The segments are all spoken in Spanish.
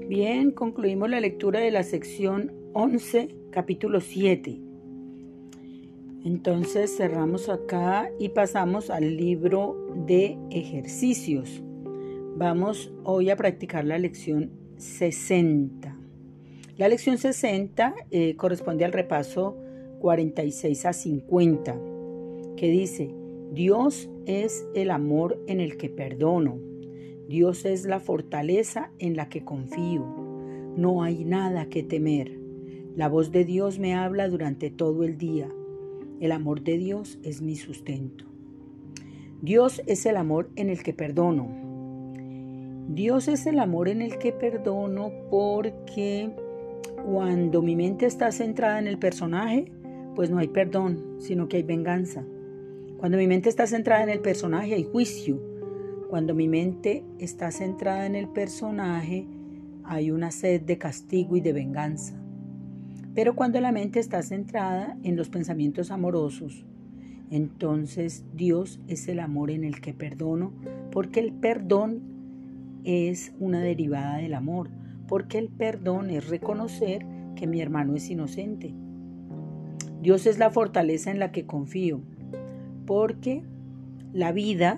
Bien, concluimos la lectura de la sección 11, capítulo 7. Entonces cerramos acá y pasamos al libro de ejercicios. Vamos hoy a practicar la lección 60. La lección 60 corresponde al repaso 46 a 50, que dice: Dios es el amor en el que perdono. Dios es la fortaleza en la que confío. No hay nada que temer. La voz de Dios me habla durante todo el día. El amor de Dios es mi sustento. Dios es el amor en el que perdono. Dios es el amor en el que perdono porque cuando mi mente está centrada en el personaje, pues no hay perdón, sino que hay venganza. Cuando mi mente está centrada en el personaje, hay juicio. Cuando mi mente está centrada en el personaje, hay una sed de castigo y de venganza. Pero cuando la mente está centrada en los pensamientos amorosos, entonces Dios es el amor en el que perdono, porque el perdón es una derivada del amor, porque el perdón es reconocer que mi hermano es inocente. Dios es la fortaleza en la que confío, porque la vida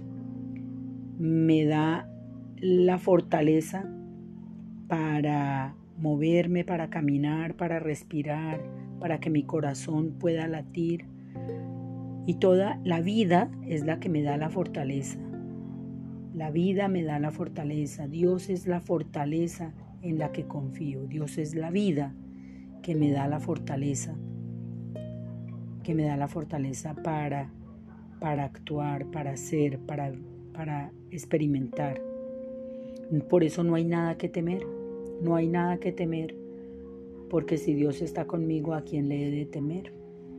me da la fortaleza para moverme, para caminar, para respirar, para que mi corazón pueda latir. Y toda la vida es la que me da la fortaleza. La vida me da la fortaleza. Dios es la fortaleza en la que confío. Dios es la vida que me da la fortaleza. Que me da la fortaleza para actuar, para hacer, para experimentar. Por eso no hay nada que temer. No hay nada que temer. Porque si Dios está conmigo, ¿a quién le he de temer?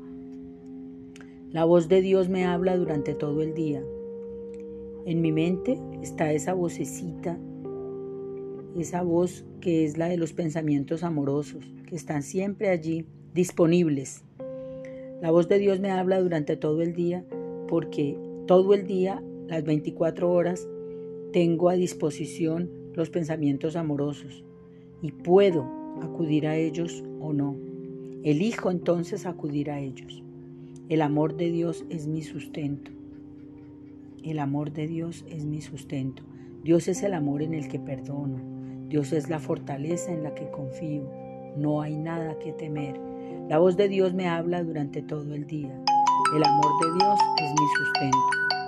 La voz de Dios me habla durante todo el día. En mi mente está esa vocecita, esa voz que es la de los pensamientos amorosos, que están siempre allí, disponibles. La voz de Dios me habla durante todo el día, porque todo el día, las 24 horas, tengo a disposición los pensamientos amorosos y puedo acudir a ellos o no. Elijo entonces acudir a ellos. El amor de Dios es mi sustento. El amor de Dios es mi sustento. Dios es el amor en el que perdono. Dios es la fortaleza en la que confío. No hay nada que temer. La voz de Dios me habla durante todo el día. El amor de Dios es mi sustento.